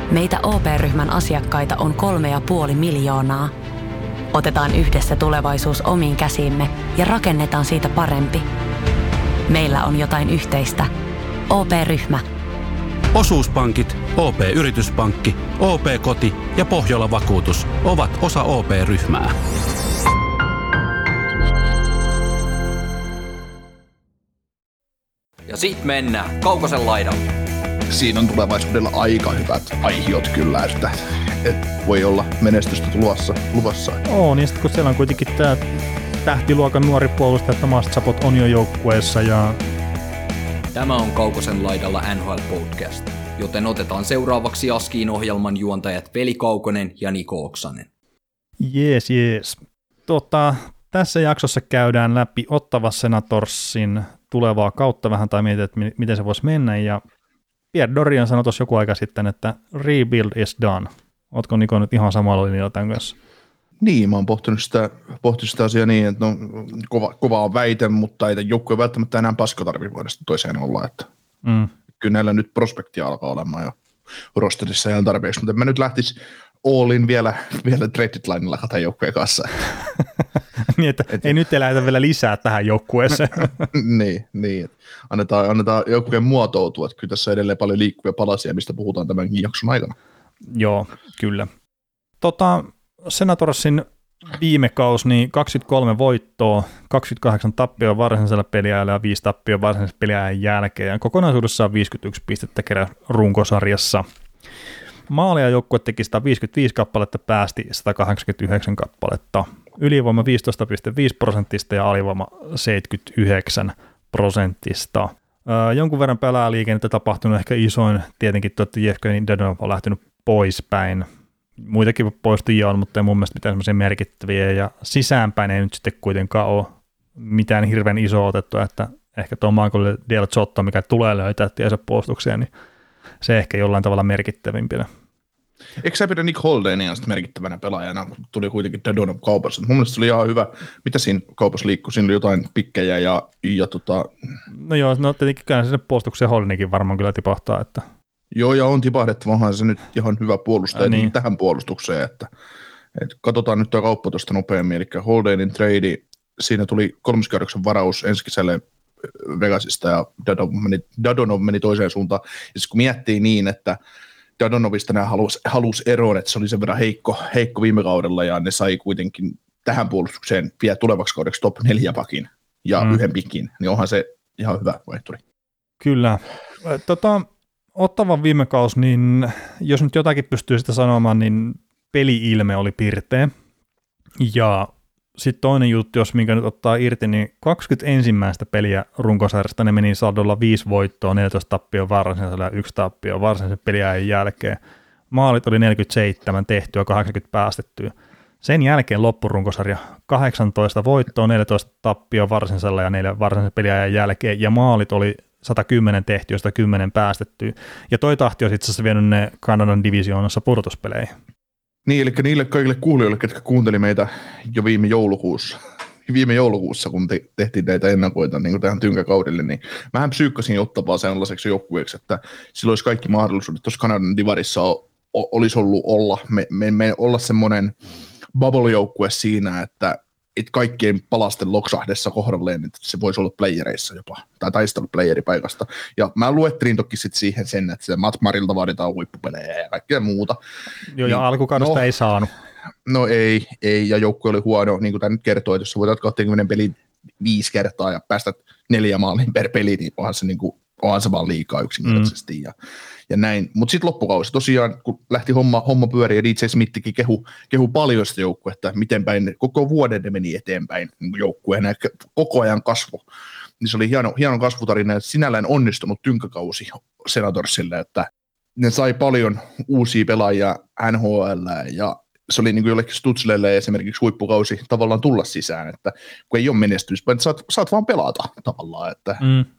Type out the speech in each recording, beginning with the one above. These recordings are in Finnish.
Meitä OP-ryhmän asiakkaita on 3,5 miljoonaa. Otetaan yhdessä tulevaisuus omiin käsiimme ja rakennetaan siitä parempi. Meillä on jotain yhteistä. OP-ryhmä. Osuuspankit, OP-yrityspankki, OP-koti ja Pohjola-vakuutus ovat osa OP-ryhmää. Ja sit mennään Kaukosen laidalle. Siinä on tulevaisuudella aika hyvät aihiot kyllä, että voi olla menestystä luvassa. Niin sitten kun siellä on kuitenkin tämä tähtiluokan nuori puolustaja, että Mastsapot on jo joukkueessa ja... Tämä on Kaukosen laidalla NHL-podcast, joten otetaan seuraavaksi Askiin ohjelman juontajat Veli Kaukonen ja Niko Oksanen. Jees. Tässä jaksossa käydään läpi Ottawa Senatorsin tulevaa kautta vähän tai mietitään, että miten se voisi mennä. Ja Pierre Dorion sanoi tuossa joku aika sitten, että rebuild is done. Ootko Niko nyt ihan samalla linjalla tämän kanssa? Niin, mä oon pohtinut sitä asiaa niin, että kova on väite, mutta ei joukkue välttämättä enää paskatarvi vuodesta toiseen olla. Että kyllä näillä nyt prospektia alkaa olemaan jo rosterissa ihan tarpeeksi, mutta en mä nyt lähtisi all in vielä trade deadlinella tämän joukkueen kanssa. Niin, että ei nyt lähdetä vielä lisää tähän joukkueeseen. niin. Annetaan joukkueen muotoutua, että kyllä tässä on edelleen paljon liikkuvia palasia, mistä puhutaan tämänkin jakson aikana. Joo, kyllä. Senatorsin viime kausi, niin 23 voittoa, 28 tappioa varsinaisella peliajalla ja 5 tappioa varsinaisella peliajan jälkeen. Ja kokonaisuudessaan 51 pistettä kerran runkosarjassa. Maalia joukkue teki 155 kappaletta, päästi 189 kappaletta. Ylivoima 15,5% ja alivoima 79%. Jonkun verran pelaajaliikennettä tapahtunut, ehkä isoin tietenkin Jevgeni Dadonov on lähtenyt poispäin. Muitakin poistujia on, mutta ei mun mielestä mitään semmoisia merkittäviä, ja sisäänpäin ei nyt sitten kuitenkaan ole mitään hirveän isoa otettua, että ehkä tuo Michael Del Zotto, mikä tulee löytää tiensä puolustukseen, niin se ehkä jollain tavalla merkittävimpinä. Eikö sä pidä Nick Holdenia merkittävänä pelaajana, kun tuli kuitenkin Dadonov kaupassa? Mun mielestä se oli ihan hyvä. Mitä siinä kaupassa liikkui? Siinä oli jotain pikkejä ja No joo, tietenkin kyllä sinne puolustukseen Holdenikin varmaan kyllä tipahtaa, että... Joo, ja on tipahdettu, onhan se nyt ihan hyvä puolustaja niin tähän puolustukseen, että katsotaan nyt tuo kauppa tuosta nopeammin, eli Holdenin trade, siinä tuli 3. kierroksen varaus ensi kesälle Vegasista, ja Dadonov meni toiseen suuntaan, ja siis kun miettii niin, että Dadonovista nämä halusi eroon, että se oli sen verran heikko viime kaudella, ja ne sai kuitenkin tähän puolustukseen vielä tulevaksi kaudeksi top 4 pakin ja yhden pikin, niin onhan se ihan hyvä vaihturi. Kyllä. Ottavan viime kausi, niin jos nyt jotakin pystyy sitä sanomaan, niin peli-ilme oli pirteä. Ja sitten toinen juttu, jos minkä nyt ottaa irti, niin 21 peliä runkosarjasta ne meni saldolla 5 voittoa, 14 tappioa varsinaisella ja 1 tappio varsinaisen peliajan jälkeen. Maalit oli 47 tehtyä, 80 päästettyä. Sen jälkeen loppurunkosarja 18 voittoa, 14 tappioa varsinaisella ja 4 varsinaisen peliajan jälkeen, ja maalit oli 110 tehty, josta 10 päästettyä. Ja toi tahti on itse asiassa vienyt ne Kanadan divisioonassa pudotuspeleihin. Niin, eli niille kaikille kuulijoille, ketkä kuunteli meitä jo viime joulukuussa, kun tehtiin näitä ennakoita niin tähän tynkäkaudelle, niin mähän psyykkasin Ottawaa sellaiseksi joukkueeksi, että sillä olisi kaikki mahdollisuudet. Tuossa Kanadan divarissa olisi ollut olla semmoinen bubble-joukkue siinä, että kaikkien palasten loksahdessa kohdalleen, että se voisi olla playereissa jopa, tai taistella playeripaikasta. Ja mä luettelin toki sitten siihen sen, että se Matt Marilta vaaditaan huippupelejä ja kaikkea muuta. Joo, ja alkukaudesta ei saanut. No ei, ja joukkue oli huono, niin kuin tämä nyt kertoo, että jos sä voitat 20 pelin 5 kertaa ja päästät 4 maalin per peli, niin onhan se vaan liikaa yksinkertaisesti. Ja näin. Mutta sitten loppukausi tosiaan, kun lähti homma pyöriin ja DJ Smithikin kehu paljon sitä joukkuetta, miten päin koko vuoden ne meni eteenpäin niin joukkueena, koko ajan kasvu. Niin se oli hieno kasvutarina ja sinällään onnistunut tynkäkausi Senatorsille, että ne sai paljon uusia pelaajia NHL ja se oli niin kuin jollekin Stutzlelle esimerkiksi huippukausi tavallaan tulla sisään, että kun ei ole menestymistä, että saat vaan pelata tavallaan, että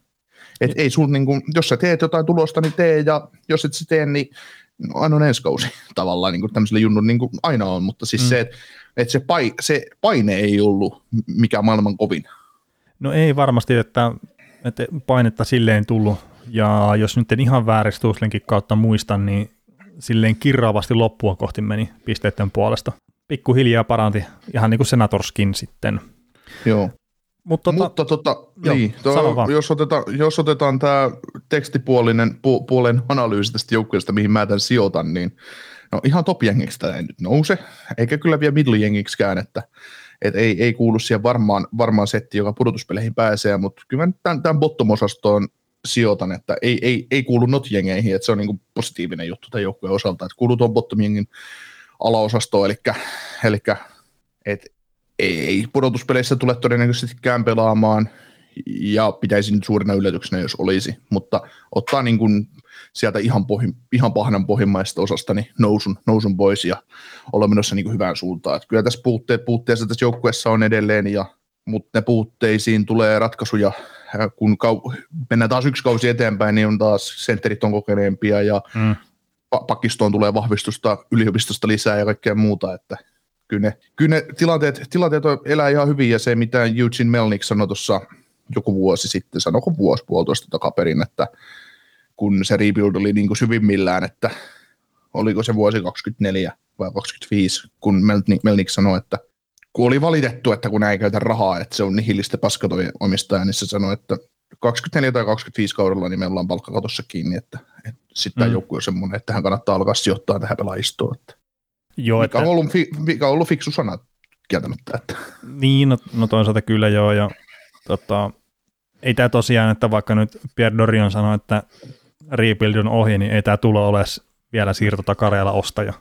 et ei sun, niin kuin, jos sä teet jotain tulosta, niin tee, ja jos et sä tee, niin aina on ensi kausi tavallaan, niin kuin tämmöiselle junnun niin kuin aina on, mutta siis se, että se paine ei ollut mikään maailman kovin. No ei varmasti, että painetta silleen tullut, ja jos nyt en ihan väärin Stuslinkin kautta muista, niin silleen kirraavasti loppua kohti meni pisteiden puolesta. Pikkuhiljaa paranti ihan niin kuin Senatorskin sitten. Joo. Mutta niin, jos otetaan tämä tekstipuolen analyysi tästä joukkueesta, mihin mä tämän sijoitan, niin no ihan top-jengiksi tämä ei nyt nouse, eikä kyllä vielä middle-jengiksikään, että ei kuulu siihen varmaan setti, joka pudotuspeleihin pääsee, mutta kyllä mä tämän bottom-osastoon sijoitan, että ei kuulu not-jengeihin, että se on niin kuin positiivinen juttu tämän joukkueen osalta, että kuuluu tuon bottom-jengin alaosastoon, eli ei pudotuspeleissä tule todennäköisestikään pelaamaan, ja pitäisi nyt suurena yllätyksenä, jos olisi, mutta ottaa niin kuin sieltä ihan pahnan pohjimmaisesta osasta niin nousun pois ja olla menossa niin kuin hyvään suuntaan. Että kyllä tässä puutteessa tässä joukkueessa on edelleen, mutta ne puutteisiin tulee ratkaisuja, kun mennään taas yksi kausi eteenpäin, niin on taas sentterit on kokeneempia ja pakistoon tulee vahvistusta yliopistosta lisää ja kaikkea muuta, että kyllä ne tilanteet elää ihan hyvin, ja se mitä Eugene Melnick sanoi tuossa joku vuosi sitten, sanoiko puolitoista takaperin, että kun se rebuild oli niin kuin syvimmillään, että oliko se vuosi 24 vai 25, kun Melnick sanoi, että kun oli valitettu, että kun ei käytä rahaa, että se on nihilistä paskatojen omistaja, niin se sanoi, että 24 tai 25 kaudella niin me ollaan palkkakatossa kiinni, että sitten tämä joukkue on semmoinen, että hän kannattaa alkaa sijoittaa tähän pelaajistoon. Joo, mikä on ollut fiksu sana kieltämättä. Että. Niin, no toisaalta kyllä joo, ja ei tämä tosiaan, että vaikka nyt Pierre Dorion sanoi, että rebuild on ohi, niin ei tämä tulo ole vielä siirtotakareella ostaja.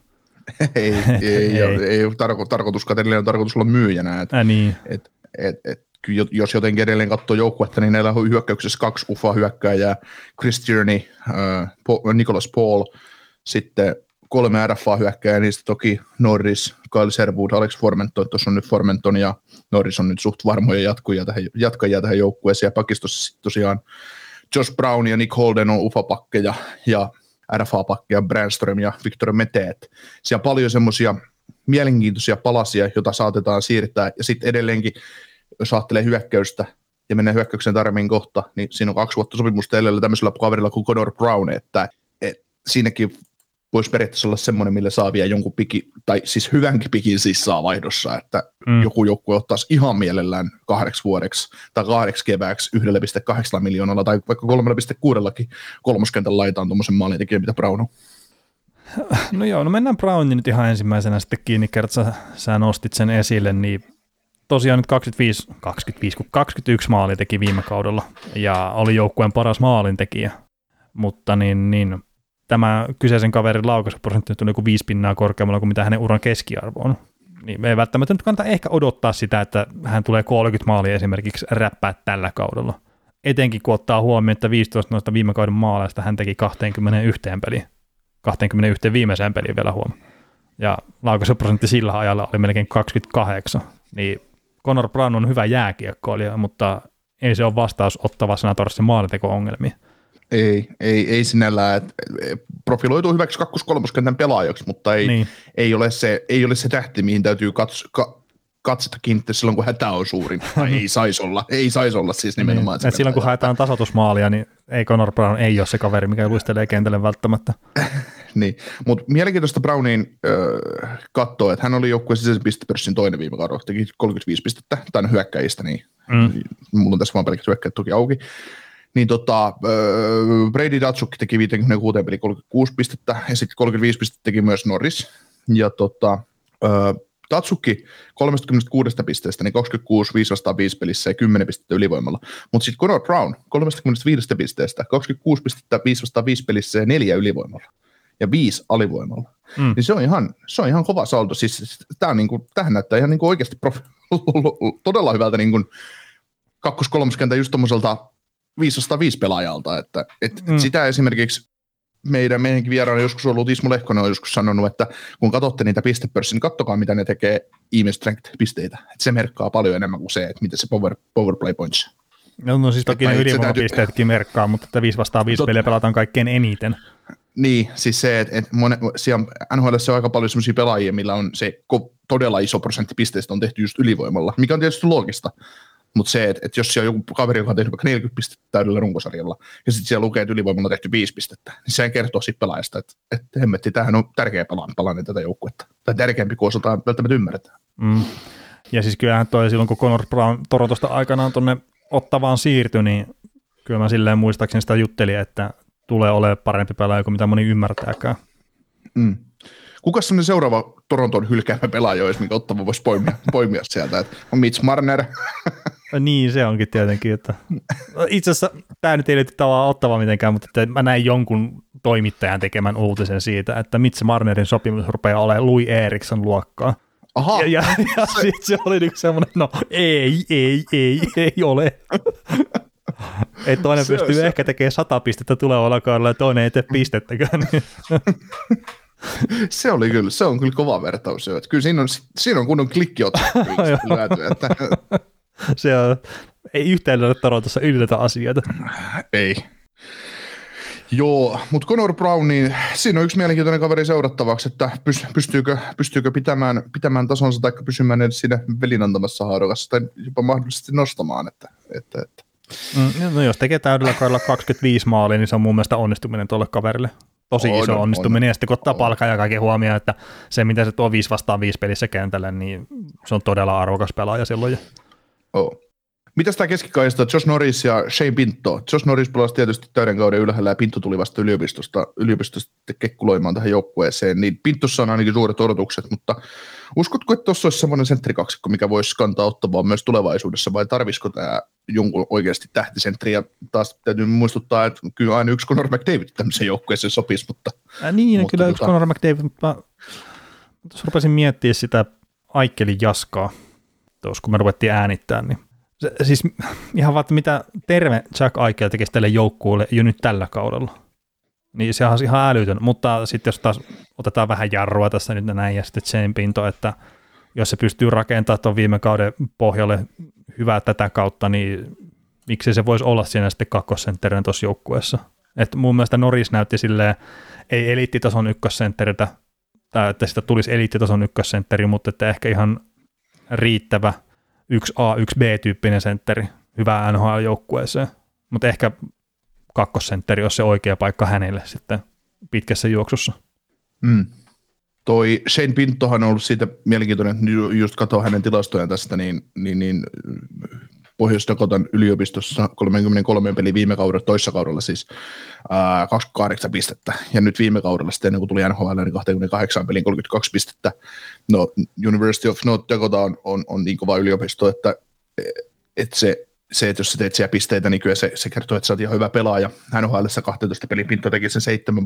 ei tarkoituskaan, edelleen on tarkoitus olla myyjänä. Niin. Jos jotenkin edelleen katsoo joukkuetta, niin näillä on hyökkäyksessä 2 UFA-hyökkääjää, Chris Tierney, Nicholas Paul, sitten 3 RFA-hyökkääjää, niistä toki Norris, Kyle Sherwood, Alex Formenton, tuossa on nyt Formenton ja Norris on nyt suht varmoja jatkajia tähän joukkueeseen, ja pakistossa tosiaan Josh Brown ja Nick Holden on UFA-pakkeja, ja RFA-pakkeja, Brandström ja Victor Mete. Siellä on paljon semmoisia mielenkiintoisia palasia, joita saatetaan siirtää, ja sitten edelleenkin, jos ajattelee hyökkäystä ja mennään hyökkäyksen tarviin kohta, niin siinä on 2 vuotta sopimusta edellä tämmöisellä kaverilla kuin Connor Brown, että siinäkin voisi periaatteessa olla semmoinen, millä saa vielä jonkun pikin, tai siis hyvänkin pikin siis saa vaihdossa, että joku joukkue ottaisi ihan mielellään 8 vuodeksi tai 8 kevääksi 1,8 miljoonalla tai vaikka 3,6 kolmoskentän laitaan tuommoisen maalintekijän, mitä Brown on. No joo, no mennään Brownin nyt ihan ensimmäisenä sitten kiinni, kerran sä nostit sen esille, niin tosiaan nyt 21 maali teki viime kaudella ja oli joukkueen paras maalintekijä, mutta niin tämä kyseisen kaverin laukaisuprosentti on joku 5 pinnaa korkeammalla kuin mitä hänen uran keskiarvo on. Niin me ei välttämättä nyt kannata ehkä odottaa sitä, että hän tulee 30 maalia esimerkiksi räppää tällä kaudella. Etenkin kun ottaa huomioon, että 15 noista viime kauden maaleista hän teki 21 peliin. 21 viimeiseen peliin vielä huomioon. Ja laukaisuprosentti sillä ajalla oli melkein 28. Niin Connor Brown on hyvä jääkiekkoilija, mutta ei se ole vastaus Ottava Senatorsin maalinteko-ongelmiin. Ei sinällään, että profiloituu hyväksi 2-3 pelaajaksi, mutta ei ole se tähti, mihin täytyy katsota kiinnittää silloin, kun hätä on suurin. Ei saisi olla siis nimenomaan. Niin. Silloin, kun haetaan tasoitusmaalia, niin ei Connor Brown ei ole se kaveri, mikä luistelee kentälle välttämättä. Niin, mutta mielenkiintoista Brownin katsoo, että hän oli joukkueen sisäisen pistepörssin toinen viime kaudella, teki 35 pistettä, tämän hyökkäjistä, niin mulla on tässä vaan pelkät hyökkäjät toki auki. Niin Brady Datsuk teki 56 peli 36 pistettä, ja sitten 35 pistettä teki myös Norris. Ja Datsukki 36 pisteestä, niin 26 505 pelissä ja 10 pistettä ylivoimalla. Mutta sitten Connor Brown 35 pisteestä, 26 pistettä 505 pelissä ja 4 ylivoimalla. Ja 5 alivoimalla. Niin se on ihan kova saldo. Siis tämähän näyttää ihan niinku oikeasti todella hyvältä niinku 2-3 just tommoselta 505 pelaajalta, että sitä esimerkiksi meidänkin vieraana joskus ollut Ismo Lehkonen on joskus sanonut, että kun katsotte niitä pistepörssin, niin katsokaa mitä ne tekee Even Strength-pisteitä. Että se merkkaa paljon enemmän kuin se, että miten se powerplay points. No siis toki ne ylivoimapisteetkin merkkaa, mutta että 5-5 peliä pelataan kaikkein eniten. Niin, siis se, että siellä NHL:ssä on aika paljon sellaisia pelaajia, millä on se todella iso prosentti pisteistä on tehty just ylivoimalla, mikä on tietysti loogista. Mutta se, että jos siellä on joku kaveri, joka on tehnyt vaikka 40 pistettä täydellä runkosarjalla, ja sitten siellä lukee, että ylivoimalla on tehty 5 pistettä, niin sehän kertoo siitä pelaajasta, että hemmetti, tämähän on tärkeä palainen tätä joukkuetta. Tai tärkeämpi, kuin osataan välttämättä ymmärretään. Ja siis kyllähän toi silloin, kun Connor Brown Torontosta aikanaan tuonne Ottavaan siirtyi, niin kyllä mä silleen muistaakseni sitä juttelin, että tulee olemaan parempi pelaaja kuin mitä moni ymmärtääkään. Kuka semmoinen seuraava Toronton hylkäämä pelaaja olisi, mikä Ottava voisi poimia sieltä? Että on Mitch Marner. Niin, se onkin tietenkin. Että itse asiassa tämä nyt ei liity tavallaan Ottavaa mitenkään, mutta että mä näin jonkun toimittajan tekemän uutisen siitä, että Mitch Marnerin sopimus rupeaa olemaan Louis Eriksson luokkaa. Aha. Ja sitten se oli niin semmoinen, no ei ole. Että toinen pystyy ehkä tekemään 100 pistettä tulevalla kaudella ja toinen ei tee pistettäkään. Se on kyllä kova vertaus. Että kyllä siinä on kunnon klikkiotto. Se on, ei yhtään ole Torontossa yllätä asioita. Ei. Joo, mutta Connor Brown, niin siinä on yksi mielenkiintoinen kaveri seurattavaksi, että pystyykö pitämään tasonsa tai pysymään edes siinä velin antamassa haarukassa tai jopa mahdollisesti nostamaan. Että. No jos tekee täydellä kaudella 25 maalia, niin se on mun mielestä onnistuminen tuolle kaverille. Tosi iso onnistuminen, ja sitten kun ottaa palkan ja kaiken huomioon, että se mitä se tuo 5-5 pelissä kentälle, niin se on todella arvokas pelaaja silloin. Mitäs tämä keskikaista, Josh Norris ja Shane Pinto? Josh Norris pelasi tietysti täyden kauden ylhäällä ja Pinto tuli vasta yliopistosta kekkuloimaan tähän joukkueeseen, niin Pintossa on ainakin suuret odotukset, mutta uskotko, että tuossa olisi semmoinen sentterikaksikko, mikä voisi kantaa Ottavaa myös tulevaisuudessa, vai tarvisiko tämä jonkun oikeasti tähtisentteri, ja taas täytyy muistuttaa, että kyllä aina yksi Connor McDavid tämmöisen joukkueeseen sopisi, mutta... Kyllä yksi Connor McDavid, mutta tuossa rupesin miettimään sitä Aikkelin Jaskaa, tuossa kun me ruvettiin äänittämään, niin siis ihan vaan, mitä terve Jack Eichel tekisi tälle joukkueelle jo nyt tällä kaudella. Niin se on ihan älytön, mutta sitten jos taas otetaan vähän jarrua tässä nyt näin ja sitten Shane Pinto, että jos se pystyy rakentamaan tuon viime kauden pohjalle hyvää tätä kautta, niin miksi se voisi olla siinä sitten kakkosentterinä tuossa joukkueessa. Että mun mielestä Norris näytti silleen, ei eliittitason ykkössentteriltä, tai että sitä tulisi eliittitason ykkössentteri, mutta että ehkä ihan riittävä 1A, 1B-tyyppinen sentteri hyvää NHL-joukkueeseen, mutta ehkä kakkosentteri olisi se oikea paikka hänelle sitten pitkässä juoksussa. Toi Shane Pintohan on ollut siitä mielenkiintoinen, että just katsoo hänen tilastojaan tästä, niin Pohjois-Dakotan yliopistossa 33 peli viime kaudella, toissa kaudella siis 28 pistettä, ja nyt viime kaudella sitten ennen kuin tuli NHL, niin 28 pelin 32 pistettä. No University of North Dakota on niin kova yliopisto, että että jos sä teet siellä pisteitä, niin kyllä se kertoo, että sä oot ihan hyvä pelaaja. NHL:ssä 12 pelin Pinto teki sen 7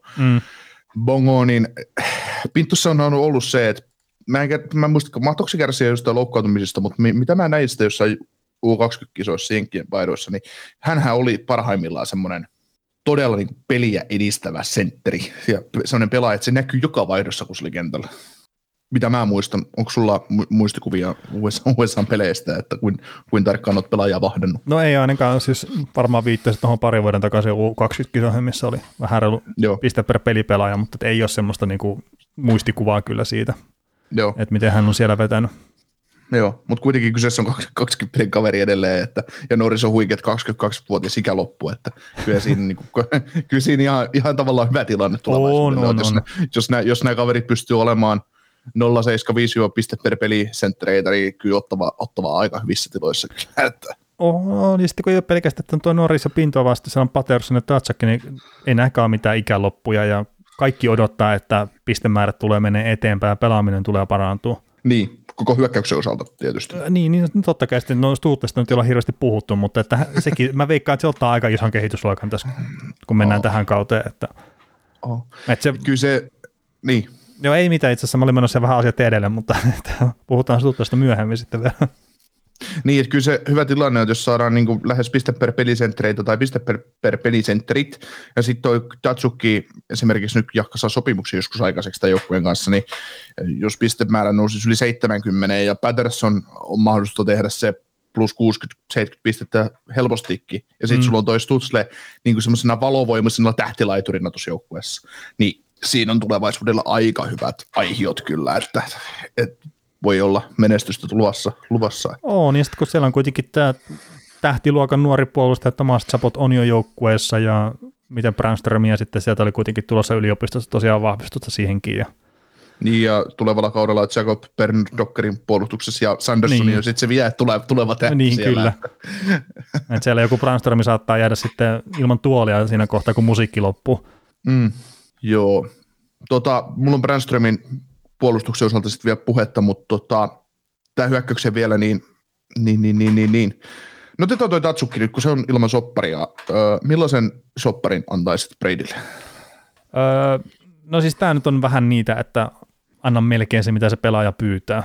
bongoa, niin Pintossa on ollut se, että mä en muista, mahtoiko se kärsiä jostain loukkaantumisesta, mutta mitä mä näin sitä jossain U20-kisoissa Jenkkien paidoissa, niin hänhän oli parhaimmillaan semmoinen todella niin peliä edistävä sentteri ja semmoinen pelaaja, että se näkyy joka vaihdossa, kun se oli kentällä. Mitä mä muistan, onko sulla muistikuvia USA-peleistä, että kuin tarkkaan olet pelaajaa vahdannut? No ei ainakaan, siis varmaan viittasit tuohon parin vuoden takaisin U20-kisoihin, missä oli vähän reilu piste per pelipelaaja, mutta ei ole semmoista niinku muistikuvaa kyllä siitä, että miten hän on siellä vetänyt. Joo, mutta kuitenkin kyseessä on 20 kaveri edelleen, ja Norris on huikeat 22-vuotias ikäloppu, että kyllä siinä ihan tavallaan hyvä tilanne tulevaisuudessa. Jos nämä kaverit pystyy olemaan 0,75 piste per peli senttereitä, niin kyllä ottava aika hyvissä tiloissa. Niin sitten kun ei ole pelkästään tuo Norris ja Pinto vasta, se on Patterson ja Tatsakki, niin ei näkään mitään ikäloppuja, ja kaikki odottaa, että pistemäärät tulee menee eteenpäin ja pelaaminen tulee parantua. Niin, koko hyökkäyksen osalta tietysti. Niin totta kai sitten Stuutteesta nyt ei olla hirveästi puhuttu, mutta että sekin, mä veikkaan, että se ottaa aika ison kehitysluokan tässä, kun mennään tähän kauteen. Että kyllä se, niin. Joo, ei mitään, itse asiassa mä olin menossa vähän asiat edelle, mutta puhutaan Stuutteesta myöhemmin sitten vielä. Niin, että kyllä se hyvä tilanne on, jos saadaan niin kuin lähes piste per pelisenttereitä tai piste per pelisentterit, ja sitten toi Tatsukki esimerkiksi nyt jakkaa sopimuksia joskus aikaiseksi tämän joukkueen kanssa, niin jos pistemäärä nousisi yli 70, ja Patterson on mahdollista tehdä se plus 60-70 pistettä helpostikin, ja sitten sulla on toi Stutzle niin kuin semmoisena valovoimaisena tähtilaiturina tuossa joukkueessa, niin siinä on tulevaisuudella aika hyvät aihiot kyllä, että voi olla menestystä luvassa. Niin sitten kun siellä on kuitenkin tämä tähtiluokan nuori puolustaja Tomas Chabot on jo joukkueessa ja miten Brandströmiä sitten sieltä oli kuitenkin tulossa yliopistossa tosiaan vahvistusta siihenkin. Niin ja tulevalla kaudella Jacob Berndokerin puolustuksessa ja Sanderson niin. Ja sitten se vie tuleva tähti niin, siellä. Kyllä. Et siellä joku Brandströmi saattaa jäädä sitten ilman tuolia siinä kohtaa, kun musiikki loppuu. Joo. Mulla on Brandströmin puolustuksen osalta sitten vielä puhetta, mutta tämä hyökkäyksen vielä niin. No otetaan toi Datsukki nyt, kun se on ilman sopparia. Millaisen sopparin antaisit Bradylle? No siis tämä nyt on vähän niitä, että anna melkein se, mitä se pelaaja pyytää.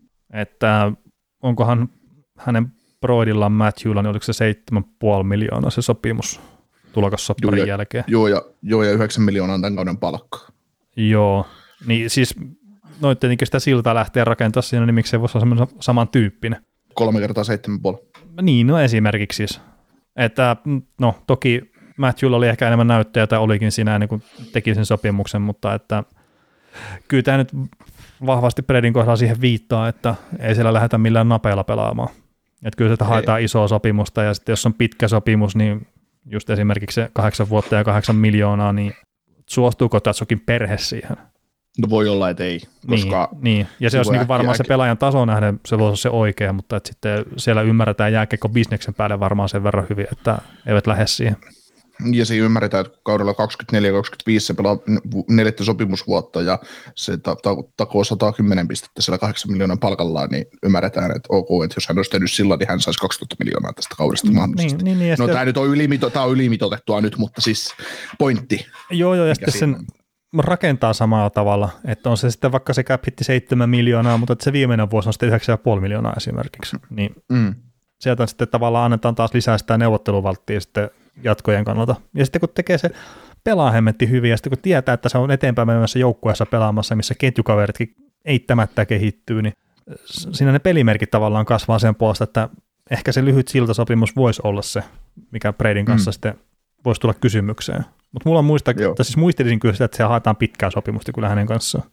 Että onkohan hänen Broidillaan Matthewlla, niin oliko se 7,5 miljoonaa se sopimus tulokassopparin jälkeen? Joo, ja 9 miljoonaa tämän kauden palkkaa. Joo, niin siis no tietenkin sitä siltaa lähtee rakentamaan siinä, niin miksei voisi olla samantyyppinen. 3 kertaa 7,5. Niin, no esimerkiksi siis. Että no toki Matthewlla oli ehkä enemmän näyttöjä tai olikin siinä ennen kuin teki sen sopimuksen, mutta että kyllä tämä nyt vahvasti Bradyn kohdalla siihen viittaa, että ei siellä lähdetä millään napeilla pelaamaan. Että kyllä sitä haetaan isoa sopimusta ja sitten jos on pitkä sopimus, niin just esimerkiksi se 8 vuotta ja 8 miljoonaa, niin suostuuko Tatsukin perhe siihen? No voi olla, että ei, koska... Niin. Ja se olisi niin varmaan se pelaajan taso nähden, se voisi olla se oikea, mutta että sitten siellä ymmärretään jääkiekko bisneksen päälle varmaan sen verran hyvin, että eivät lähde siihen. Ja siinä ymmärretään, että kaudella 24-25 se pelaa 4 sopimusvuotta ja se takoo 110 pistettä siellä 8 miljoonan palkallaan, niin ymmärretään, että ok, että jos hän olisi tehnyt sillä, niin hän saisi 2000 miljoonaa tästä kaudesta mahdollisesti. Niin, no tämä nyt on ylimitoitettua nyt, mutta siis pointti. Joo, ja sitten sen rakentaa samalla tavalla, että on se sitten vaikka se cap hitti 7 miljoonaa, mutta se viimeinen vuosi on sitten 9,5 miljoonaa esimerkiksi, niin sieltä sitten tavallaan annetaan taas lisää sitä neuvotteluvalttia sitten jatkojen kannalta. Ja sitten kun tekee se pelaa hemmetti hyvin, ja sitten kun tietää, että se on eteenpäin menemässä joukkueessa pelaamassa, missä ketjukaveritkin eittämättä kehittyy, niin siinä ne pelimerkit tavallaan kasvaa sen puolesta, että ehkä se lyhyt siltasopimus voisi olla se, mikä Bradyn kanssa sitten voisi tulla kysymykseen. Mutta mulla on muistelisin kyllä sitä, että se haetaan pitkää sopimusta kyllä hänen kanssaan.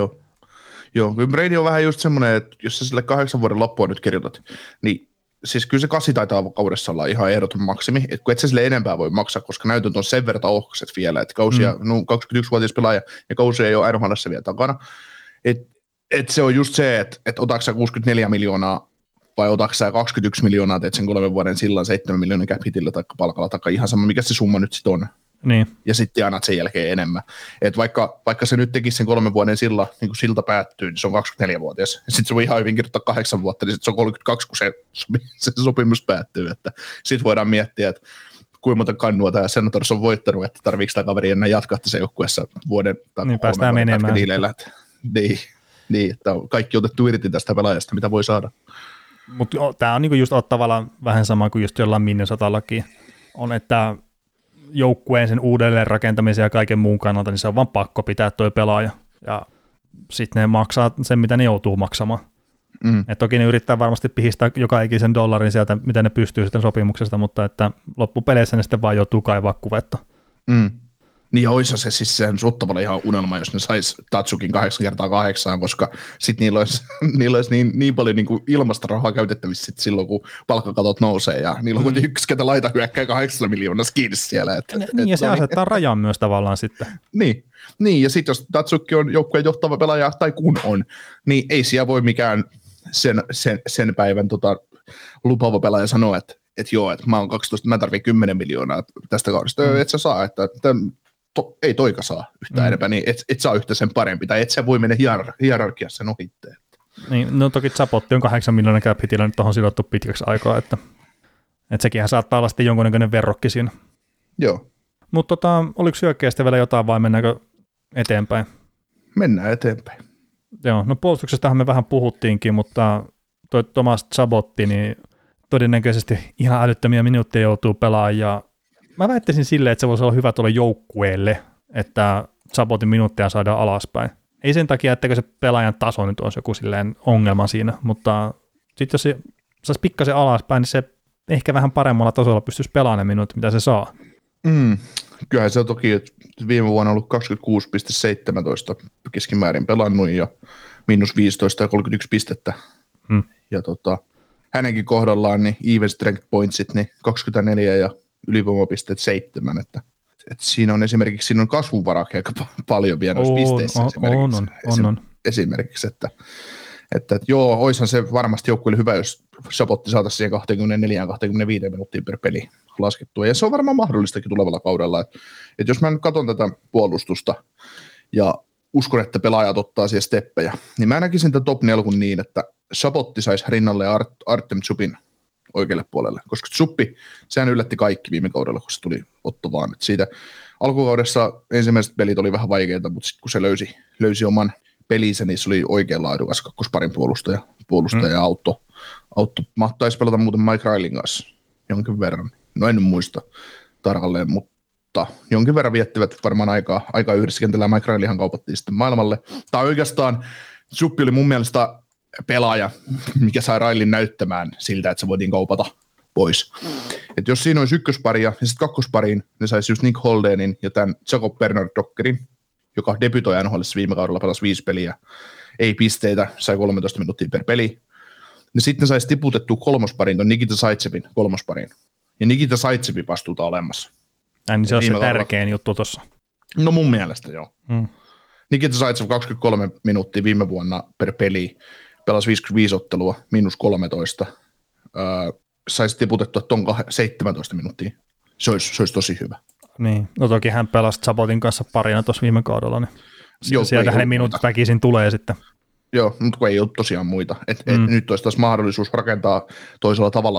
Joo, kyllä Brady on vähän just semmoinen, että jos sä sille 8 vuoden loppua nyt kirjoitat, niin siis kyllä se 8 taitaa kaudessa olla ihan ehdoton maksimi, että kun et sä sille enempää voi maksaa, koska näytöt on sen verran ohkaiset vielä, että kausia, 21-vuotias pelaaja ja kausia ei ole NHL:ssä vielä takana, että se on just se, että otatko sä 64 miljoonaa vai otatko sä 21 miljoonaa, teet sen 3 vuoden sillan 7 miljoonan cap hitillä tai palkalla tai ihan sama, mikä se summa nyt sitten on. Niin. Ja sitten annat sen jälkeen enemmän. Et vaikka se nyt tekisi sen 3 vuoden silla, niin kun silta päättyy, niin se on 24-vuotias. Sitten se voi ihan hyvin kirjoittaa 8 vuotta, niin sitten se on 32, kun se sopimus päättyy. Sitten voidaan miettiä, että kuinka monta kannua tämä Senators on voittanut, että tarviiko tämä kaveri enää jatkaa tässä joukkueessa vuoden tai niin, päästään menemään. Niin, että on kaikki otettu irti tästä pelaajasta, mitä voi saada. Mutta tämä on niinku just tavallaan vähän sama kuin just jollain Minnesota-lakin on, että joukkueen sen uudelleen rakentamisen ja kaiken muun kannalta, niin se on vaan pakko pitää toi pelaaja. Ja sitten ne maksaa sen, mitä ne joutuu maksamaan. Et toki ne yrittää varmasti pihistää joka ikisen dollarin sieltä, mitä ne pystyy sitten sopimuksesta, mutta että loppupeleissä ne sitten vaan joutuu kaivaa kuvetta. Niin olisi se siis sen suttavalle ihan unelma, jos ne sais Tatsukin 8x8, koska sitten niillä olisi niin paljon niin kuin ilmasta rahaa käytettävissä silloin, kun palkkakatot nousee, ja niillä on kuitenkin yksi, ketä laita hyökkää 8 miljoonaa kiinni siellä. Ja se asettaa rajan myös tavallaan sitten. Niin, ja sitten jos Tatsuki on joukkueen johtava pelaaja, tai kun on, niin ei siellä voi mikään sen päivän lupaava pelaaja sanoa, että joo, että mä oon 12, mä tarvitsen 10 miljoonaa tästä kaudesta, et sä saa, että ei toika saa yhtään enempää, niin et saa yhtä sen parempi, tai et sä voi mennä hierarkiassa sen ohitteen. Niin, no toki Zapotti on 8 miljoonan cap hitillä nyt tuohon sidottu pitkäksi aikaa, että sekinhän saattaa olla sitten jonkunnäköinen verrokki siinä. Joo. Mutta oliko hyökkäistä vielä jotain vai mennäänkö eteenpäin? Mennään eteenpäin. Joo, no puolustuksestahan me vähän puhuttiinkin, mutta toi Tomas Zabotti, niin todennäköisesti ihan älyttömiä minuutteja joutuu pelaamaan, ja mä väittäisin silleen, että se voisi olla hyvä tuolle joukkueelle, että Zabotin minuutteja saadaan alaspäin. Ei sen takia, että se pelaajan taso nyt olisi joku silleen ongelma siinä, mutta sitten jos se saisi pikkasen alaspäin, niin se ehkä vähän paremmalla tasolla pystyisi pelaamaan ne minuutit, mitä se saa. Kyllähän se on toki, että viime vuonna ollut 26,17 keskimäärin pelannut, ja miinus 15 ja 31 pistettä. Ja hänenkin kohdallaan niin even strength pointsit niin 24 ja ylivoimapisteet 7, että siinä on esimerkiksi kasvunvaraa aika paljon vielä noissa pisteissä esimerkiksi, että joo, oishan se varmasti joukkueelle hyvä, jos Chabotti saataisiin siihen 24-25 minuuttia per peli laskettua, ja se on varmaan mahdollistakin tulevalla kaudella, että jos mä nyt katson tätä puolustusta, ja uskon, että pelaajat ottaa siihen steppejä, niin mä näkisin tämän top 4 niin, että Chabotti saisi rinnalle Artem Zubin oikealle puolelle, koska Zuppi, sehän yllätti kaikki viime kaudella, kun se tuli Ottovaan. Siitä alkukaudessa ensimmäiset pelit oli vähän vaikeita, mutta sitten kun se löysi oman pelinsä, niin se oli oikein laadukas kakkosparin puolustaja ja Autto mahtaisi pelata muuten Mike Rileyn kanssa jonkin verran. No en muista tarkalleen, mutta jonkin verran viettivät varmaan aikaa yhdessä kentällä, ja Mike Rileyhan kaupattiin sitten maailmalle. Tai oikeastaan Zuppi oli mun mielestä pelaaja, mikä sai Rileyn näyttämään siltä, että se voitiin kaupata pois. Et jos siinä olisi ykköspari ja sitten kakkospariin, ne saisi just Nick Holdenin ja tämän Jacob Bernard-Dockerin, joka debytoi NHL:ssä viime kaudella, pelasi 5 peliä, ei pisteitä, sai 13 minuuttia per peli. Ja sitten saisi tiputettua kolmospariin tuon Nikita Zaitsevin kolmospariin. Ja Nikita Zaitsevin vastuuta olemassa. Niin se on se tärkein juttu tuossa. No mun mielestä joo. Nikita Zaitsev 23 minuuttia viime vuonna per peli, pelasi 55 ottelua, miinus 13. Saisi tiputettua tuon 17 minuuttia. Se olisi tosi hyvä. Niin, no toki hän pelasi Chabotin kanssa parina tuossa viime kaudella, niin sieltä hänen minuutit väkisin tulee sitten. Joo, mutta kun ei ole tosiaan muita. Nyt olisi taas mahdollisuus rakentaa toisella tavalla.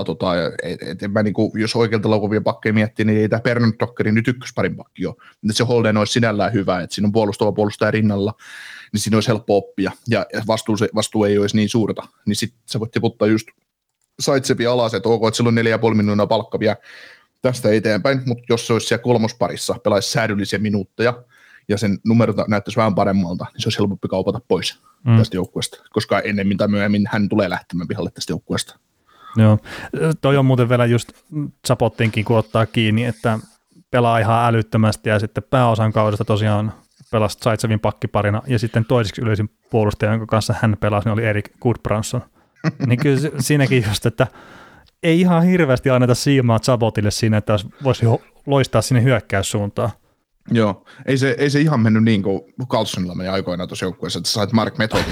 Jos oikealta laukuvia pakkeja miettii, niin ei tämä Bernard-Dockeri nyt ykkösparin pakki ole. Se Holden olisi sinällään hyvä, että siinä on puolustava puolustaja rinnalla, niin siinä olisi helppo oppia. Ja vastuu ei olisi niin suurta. Niin sitten sä voit tiputtaa just Zaitsevin alas, että ok, että sillä on 4,5 miljoonaa palkka vielä tästä eteenpäin, mutta jos se olisi siellä kolmosparissa, pelaisi säädyllisiä minuutteja, ja sen numerot näyttäisi vähän paremmalta, niin se olisi helpompi kaupata pois tästä joukkueesta, koska ennemmin tai myöhemmin hän tulee lähtemään pihalle tästä joukkueesta. Joo, toi on muuten vielä just Chabottinkin, kun ottaa kiinni, että pelaa ihan älyttömästi, ja sitten pääosan kaudesta tosiaan pelasi Zaitsevin pakkiparina, ja sitten toiseksi yleisin puolustaja, jonka kanssa hän pelasi, niin oli Erik Goodbranson. Niin kyllä siinäkin just, että ei ihan hirveästi anneta siimaa Chabotille siinä, että voisi loistaa sinne hyökkäyssuuntaan. Joo, ei se ihan mennyt niin kuin Carlsonilla meni aikoinaan tuossa joukkueessa, että sait Mark Methodin.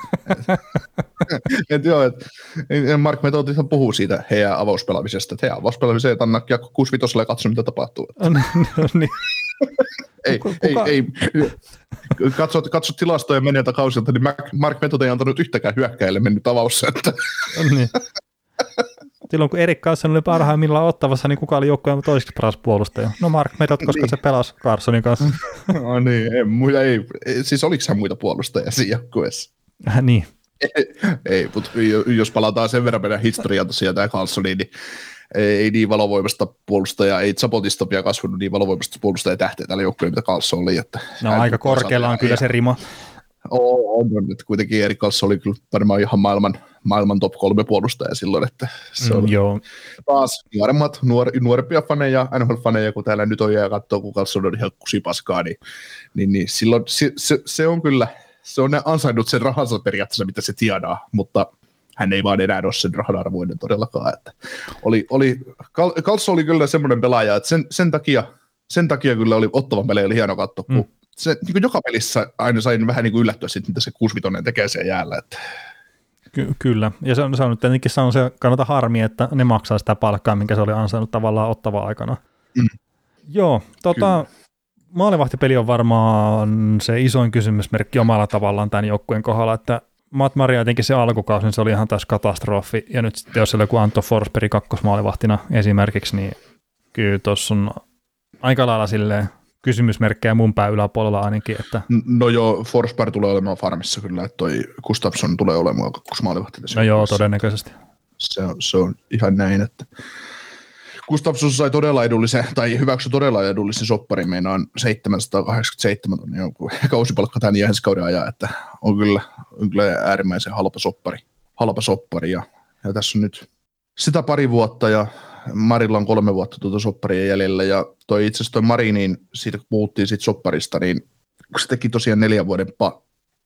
Mark Method puhuu siitä heidän avauspelaamisesta, että heidän avauspelaamiseen, että anna kiekko 6-5 ja katso, mitä tapahtuu. niin. Ei. Katsot tilastoja menneiltä kausilta, niin Mark Method ei antanut yhtäkään hyökkäille mennyt avaussa. Niin. Silloin kun Erik Carlson oli parhaimmillaan Ottavassa, niin kuka oli joukkueen toiseksi paras puolustaja? No Mark Method, koska se pelasi Carlsonin kanssa. No niin, ei. Siis oliko hän muita puolustajia siinä joukkueessa? Niin. Ei, mutta jos palataan sen verran meidän historiaa tosiaan tämä Carlsoniin, niin ei niin valovoimasta puolustajaa, ei Chabotista vielä kasvanut niin valovoimasta puolustajaa tähteä tällä joukkueella, mitä Carlson oli. Että aika korkealla on kyllä se rima. On, että kuitenkin Erik Carlson oli kyllä varmaan ihan maailman top 3 puolustaja silloin, että se on taas nuorempia faneja, NHL-faneja, kun täällä nyt on ja katsoo, kun Carlson on ihan kusipaskaa, niin silloin se on kyllä, se on ansainnut sen rahansa periaatteessa, mitä se tienaa, mutta hän ei vaan enää ole sen rahan arvoinen todellakaan. Että Carlson oli kyllä semmoinen pelaaja, että sen takia kyllä oli Ottavan pelejä oli hieno katsoa, kun se niin joka pelissä aina sain vähän niin yllättyä siitä, mitä se 6-5 tekee siellä jäällä. Että. Kyllä, ja se on nyt tietenkin se kannata harmi, että ne maksaa sitä palkkaa, minkä se oli ansainnut tavallaan Ottava aikana. Joo, maalivahtipeli on varmaan se isoin kysymysmerkki omalla tavallaan tämän joukkueen kohdalla, että Matt Maria jotenkin se alkukausi, niin se oli ihan taas katastrofi, ja nyt sitten jos siellä joku Anto Forsberg kakkosmaalivahtina esimerkiksi, niin kyllä tuossa on aika lailla silleen kysymysmerkkejä mun pää yläpuolella ainakin. Että. No joo, Forsberg tulee olemaan farmissa kyllä, että toi Gustafsson tulee olemaan kakkosmaalivahti. No joo, todennäköisesti. Se on ihan näin, että Gustafsson sai todella edullisen, tai hyväksy todella edullisen sopparin, meinaan 787 tonnia joku kausipalkka tämän jäsenskauden ajan, että on kyllä äärimmäisen halpa soppari, ja tässä on nyt sitä pari vuotta, ja Marilla on 3 vuotta tuota sopparia jäljellä, ja itse asiassa toi Mari, niin siitä kun puhuttiin siitä sopparista, niin kun se teki tosiaan 4 vuoden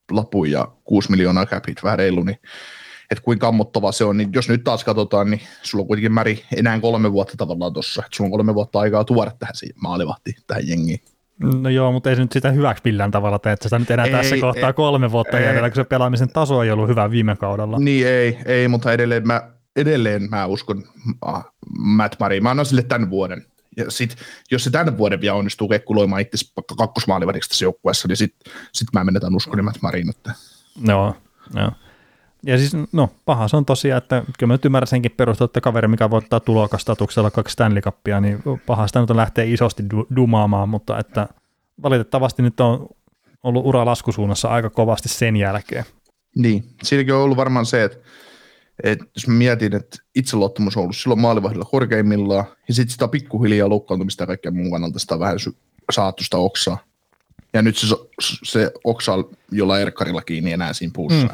lapun ja 6 miljoonaa capit, vähän reilu, niin että kuinka kammottavaa se on, niin jos nyt taas katsotaan, niin sulla on kuitenkin Märi enää 3 vuotta tavallaan tuossa, että sulla on 3 vuotta aikaa tuoda tähän maalivahtiin, tähän jengiin. No joo, mutta ei se nyt sitä hyväksi millään tavalla tee, että sitä nyt enää tässä kohtaa 3 vuotta jäljellä, kun se pelaamisen taso ei ollut hyvä viime kaudella. Niin ei, mutta edelleen mä uskon Matt Murray. Mä annan sille tämän vuoden. Ja sit, jos se tämän vuoden vielä onnistuu kekkuloimaan itse kakkosmaalivahdiksi tässä joukkueessa, niin sit mä menetän uskoni Matt Murrayin. Joo. Ja siis, paha se on tosiaan, että kyllä mä nyt ymmärrän senkin perusteella, että kaveri, mikä voittaa tulokastatuksella 2 Stanley Cupia, niin paha sitä nyt on lähteä isosti dumaamaan, mutta että valitettavasti nyt on ollut ura laskusuunnassa aika kovasti sen jälkeen. Niin, siinäkin on ollut varmaan se, että jos mä mietin, että itseluottamus on ollut silloin maalivahdilla korkeimmillaan, ja sitten sitä pikkuhiljaa loukkaantumista ja kaikkea muun kannalta sitä on vähän saattu sitä oksaa. Ja nyt se oksa on jollain erkkarilla kiinni enää siinä puussa.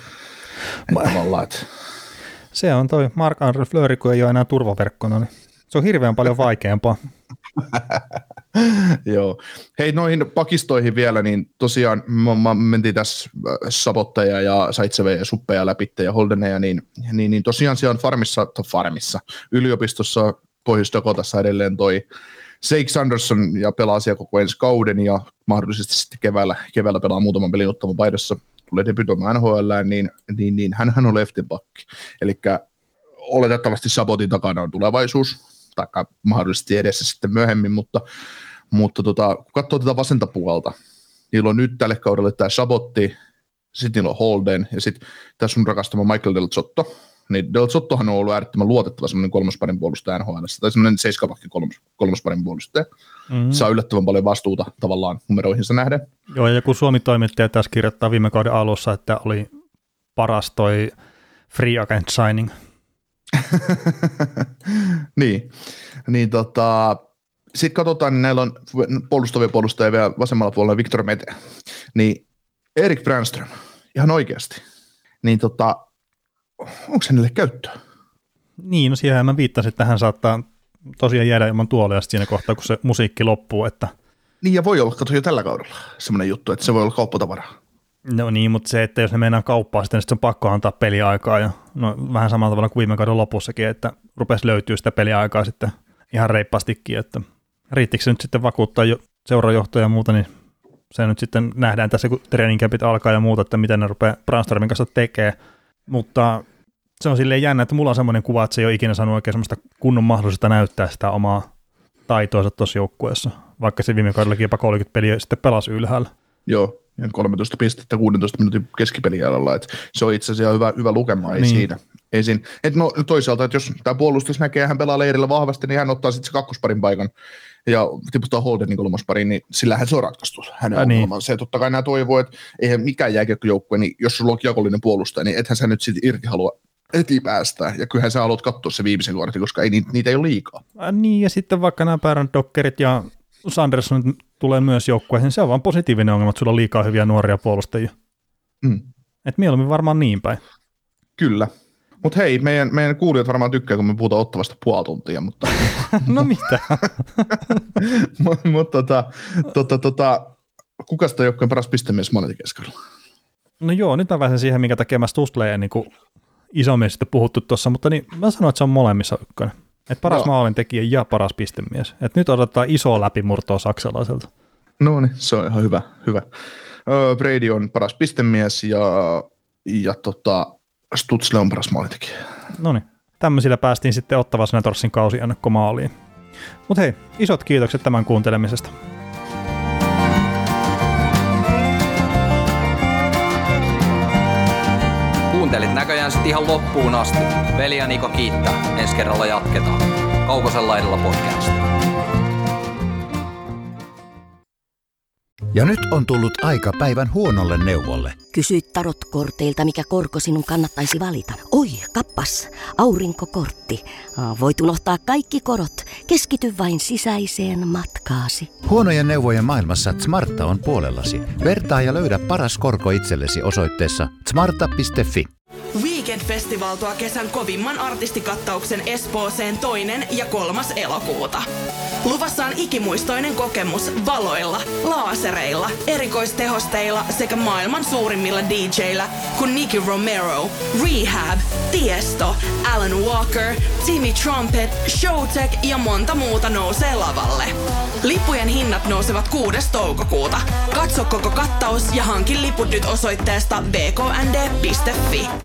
Se on toi Marc-Andre Fleury, kun ei ole enää turvaverkkona, niin se on hirveän paljon vaikeampaa. Joo. Hei, noihin pakistoihin vielä, niin tosiaan me mentiin tässä Sabotteja ja Saitseveja ja Suppeja läpi ja Holdeneja, niin tosiaan siellä on farmissa, yliopistossa Pohjois-Dakotassa edelleen toi Sake Sanderson ja pelaa siellä koko ensi kauden ja mahdollisesti sitten keväällä pelaa muutaman pelin ottaman paidassa, tulee debytoimaan NHL:ään, niin hän on leftin pakki. Eli oletettavasti Sabotin takana on tulevaisuus, tai mahdollisesti edessä sitten myöhemmin, mutta kun katsoo tätä vasenta puolta, niillä on nyt tälle kaudelle tämä Sabotti, sitten niillä on Holden, ja sitten tässä on rakastama Michael Del Zotto. Niin Del Zottohan on ollut äärettömän luotettava semmoinen 3. parin puolustaja NHL:ssä, tai semmoinen 7-pakki 3. parin puolustaja. Saa yllättävän paljon vastuuta tavallaan numeroihinsa nähden. Joo, ja kun Suomi-toimittaja tässä kirjoittaa viime kauden alussa, että oli paras toi free agent signing. niin sitten katsotaan, niin näillä on puolustavia puolustajia vielä vasemmalla puolella Victor Mete. Niin Erik Brandström, ihan oikeasti, niin onko hänelle käyttöä? Niin, no siihen mä viittasin, että hän saattaa tosiaan jäädä ilman tuolia siinä kohtaa, kun se musiikki loppuu. Että... Niin, ja voi olla, jo tällä kaudella semmoinen juttu, että se voi olla kauppatavaraa. No niin, mutta se, että jos ne meinaa kauppaa, sitten on pakko antaa peliaikaa. Ja, vähän samalla tavalla kuin viime kauden lopussakin, että rupesi löytyä sitä peliaikaa sitten ihan reippaastikin. Että riittikö se nyt sitten vakuuttaa seurajohtoja ja muuta, niin se nyt sitten nähdään tässä, kun training campit alkaa ja muuta, että miten ne rupeaa Brandströmin kanssa tekemään. Mutta se on silleen jännä, että mulla on semmoinen kuva, että se ei ole ikinä saanut oikein semmoista kunnon mahdollisuutta näyttää sitä omaa taitoansa tuossa joukkueessa, vaikka se viime kaudellakin jopa 30 peliä sitten pelasi ylhäällä. Joo, 13 pistettä 16 minuutin keskipeliajalla, että se on itse asiassa hyvä lukema, ei siinä. Et toisaalta, että jos tämä puolustus näkee, hän pelaa leirillä vahvasti, niin hän ottaa sitten se 2. parin paikan ja tiputtaa Holdenin 3. pariin, niin sillähän se on ratkaistu. Hänen ongelman se, totta kai nämä toivoo, että eihän mikään jääkiekkojoukkue, niin jos sulla on kiekollinen puolustaja, niin ethän sä nyt sitten irti halua heti päästää, ja kyllähän sä haluat katsoa se viimeisen kortin, koska niitä ei ole liikaa. Niin, ja sitten vaikka nämä Dokkerit ja Sanderson tulee myös joukkueeseen, se on vaan positiivinen ongelma, että sulla on liikaa hyviä nuoria puolustajia. Et mieluummin varmaan niin päin. Kyllä. Mutta hei, meidän kuulijat varmaan tykkää, kun me puhutaan Ottavasta puoli tuntia, mutta... No mitä? Mutta kuka sitä joukkueen paras pistemies monetikeskarilla? No joo, nyt mä pääsen siihen, minkä takia mä Stusleja niin isommin sitten puhuttu tuossa, mutta niin mä sanoin, että se on molemmissa ykkönen. Että paras maalintekijä ja paras pistemies. Että nyt odotetaan isoa läpimurtoa saksalaiselta. No niin, se on ihan hyvä. Brady on paras pistemies ja Stutzle on paras maalintekijä. No niin, tämmöisillä päästiin sitten Ottava Senatorsin kausi ennakkomaaliin. Mutta hei, isot kiitokset tämän kuuntelemisesta. Kuuntelit näköjään sitten ihan loppuun asti. Veli ja Niko kiittää. Ensi kerralla jatketaan. Kaukosen laidalla podcast. Ja nyt on tullut aika päivän huonolle neuvolle. Kysy tarotkorteilta, mikä korko sinun kannattaisi valita. Oi, kappas, aurinkokortti. Voit unohtaa kaikki korot. Keskity vain sisäiseen matkaasi. Huonojen neuvojen maailmassa Smarta on puolellasi. Vertaa ja löydä paras korko itsellesi osoitteessa smarta.fi. Weekend Festival tuo kesän kovimman artistikattauksen Espooseen 2. ja 3. elokuuta. Luvassa on ikimuistoinen kokemus valoilla, laasereilla, erikoistehosteilla sekä maailman suurimmilla DJillä kuin Nicky Romero, Rehab, Tiesto, Alan Walker, Timmy Trumpet, Showtek ja monta muuta nousee lavalle. Lippujen hinnat nousevat 6. toukokuuta. Katso koko kattaus ja hankin liput nyt osoitteesta bknd.fi.